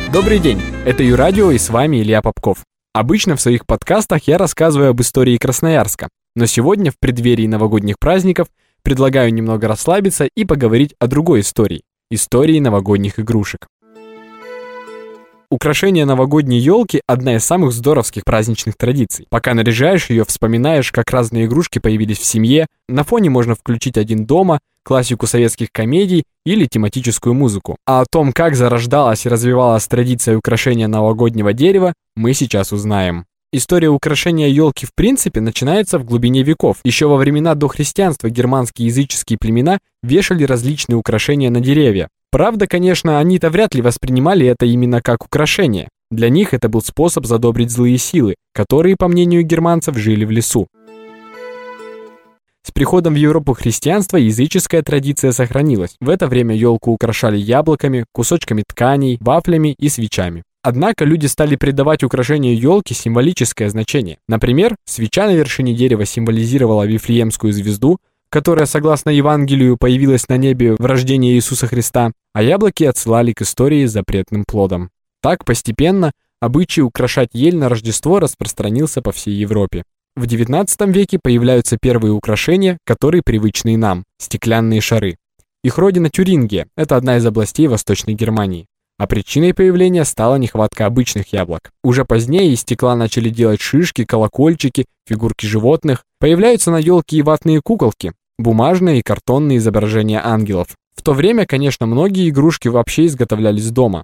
Добрый день, это Юрадио и с вами Илья Попков. Обычно в своих подкастах я рассказываю об истории Красноярска, но сегодня в преддверии новогодних праздников предлагаю немного расслабиться и поговорить о другой истории – истории новогодних игрушек. Украшение новогодней елки – одна из самых здоровских праздничных традиций. Пока наряжаешь ее, вспоминаешь, как разные игрушки появились в семье, на фоне можно включить «Один дома», классику советских комедий или тематическую музыку. А о том, как зарождалась и развивалась традиция украшения новогоднего дерева, мы сейчас узнаем. История украшения елки в принципе начинается в глубине веков. Еще во времена до христианства германские языческие племена вешали различные украшения на деревья. Правда, конечно, они-то вряд ли воспринимали это именно как украшение. Для них это был способ задобрить злые силы, которые, по мнению германцев, жили в лесу. С приходом в Европу христианства языческая традиция сохранилась. В это время елку украшали яблоками, кусочками тканей, вафлями и свечами. Однако люди стали придавать украшению елки символическое значение. Например, свеча на вершине дерева символизировала Вифлеемскую звезду, которая, согласно Евангелию, появилась на небе в рождении Иисуса Христа, а яблоки отсылали к истории с запретным плодом. Так, постепенно, обычай украшать ель на Рождество распространился по всей Европе. В XIX веке появляются первые украшения, которые привычны нам – стеклянные шары. Их родина Тюрингия – это одна из областей Восточной Германии. А причиной появления стала нехватка обычных яблок. Уже позднее из стекла начали делать шишки, колокольчики, фигурки животных. Появляются на елке и ватные куколки, бумажные и картонные изображения ангелов. В то время, конечно, многие игрушки вообще изготовлялись дома.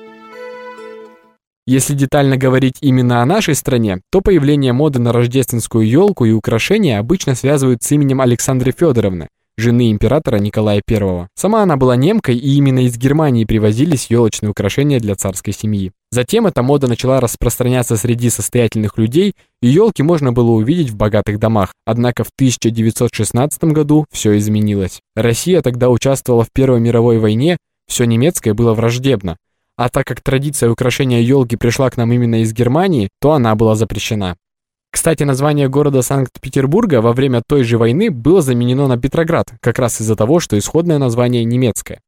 Если детально говорить именно о нашей стране, то появление моды на рождественскую елку и украшения обычно связывают с именем Александры Федоровны, жены императора Николая I. Сама она была немкой, и именно из Германии привозились елочные украшения для царской семьи. Затем эта мода начала распространяться среди состоятельных людей, и елки можно было увидеть в богатых домах. Однако в 1916 году все изменилось. Россия тогда участвовала в Первой мировой войне, все немецкое было враждебно. А так как традиция украшения елки пришла к нам именно из Германии, то она была запрещена. Кстати, название города Санкт-Петербурга во время той же войны было заменено на Петроград, как раз из-за того, что исходное название немецкое.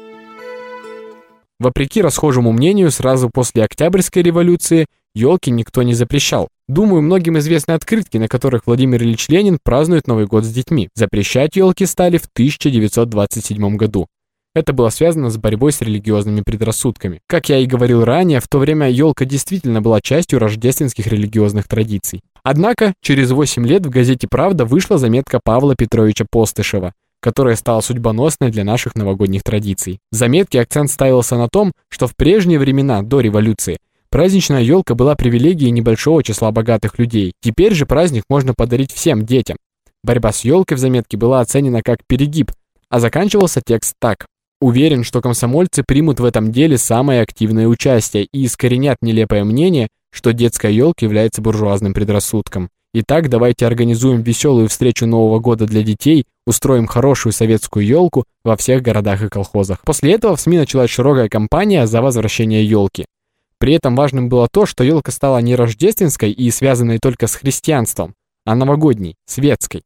Вопреки расхожему мнению, сразу после Октябрьской революции елки никто не запрещал. Думаю, многим известны открытки, на которых Владимир Ильич Ленин празднует Новый год с детьми. Запрещать елки стали в 1927 году. Это было связано с борьбой с религиозными предрассудками. Как я и говорил ранее, в то время елка действительно была частью рождественских религиозных традиций. Однако, через 8 лет в газете «Правда» вышла заметка Павла Петровича Постышева, которая стала судьбоносной для наших новогодних традиций. В заметке акцент ставился на том, что в прежние времена, до революции, праздничная елка была привилегией небольшого числа богатых людей. Теперь же праздник можно подарить всем детям. Борьба с елкой в заметке была оценена как перегиб, а заканчивался текст так. Уверен, что комсомольцы примут в этом деле самое активное участие и искоренят нелепое мнение, что детская елка является буржуазным предрассудком. Итак, давайте организуем веселую встречу Нового года для детей, устроим хорошую советскую елку во всех городах и колхозах. После этого в СМИ началась широкая кампания за возвращение елки. При этом важным было то, что елка стала не рождественской и связанной только с христианством, а новогодней, светской.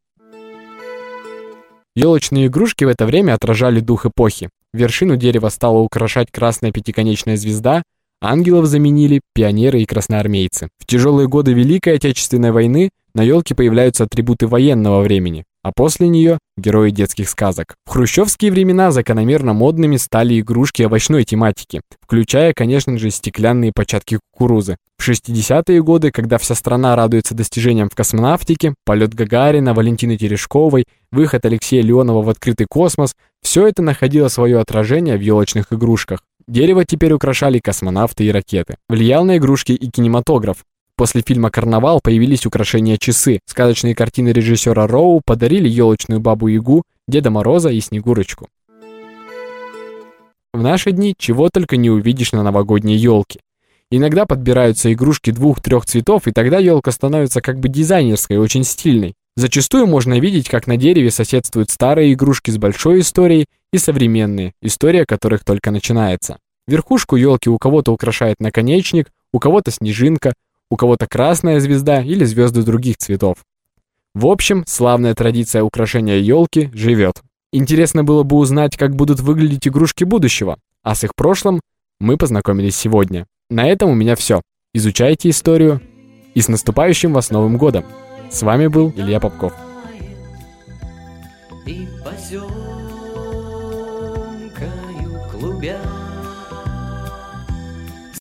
Елочные игрушки в это время отражали дух эпохи. Вершину дерева стала украшать красная пятиконечная звезда, ангелов заменили пионеры и красноармейцы. В тяжелые годы Великой Отечественной войны на елке появляются атрибуты военного времени, а после нее – герои детских сказок. В хрущевские времена закономерно модными стали игрушки овощной тематики, включая, конечно же, стеклянные початки кукурузы. В 60-е годы, когда вся страна радуется достижениям в космонавтике, полет Гагарина, Валентины Терешковой, выход Алексея Леонова в открытый космос, все это находило свое отражение в елочных игрушках. Дерево теперь украшали космонавты и ракеты. Влиял на игрушки и кинематограф. После фильма «Карнавал» появились украшения часы. Сказочные картины режиссера Роу подарили елочную Бабу-Ягу, Деда Мороза и Снегурочку. В наши дни чего только не увидишь на новогодней елке. Иногда подбираются игрушки 2-3 цветов, и тогда елка становится как бы дизайнерской, очень стильной. Зачастую можно видеть, как на дереве соседствуют старые игрушки с большой историей и современные, история которых только начинается. Верхушку елки у кого-то украшает наконечник, у кого-то снежинка, у кого-то красная звезда или звезды других цветов. В общем, славная традиция украшения елки живет. Интересно было бы узнать, как будут выглядеть игрушки будущего, а с их прошлым мы познакомились сегодня. На этом у меня все. Изучайте историю. И с наступающим вас Новым годом! С вами был Илья Попков. И поземкою клубя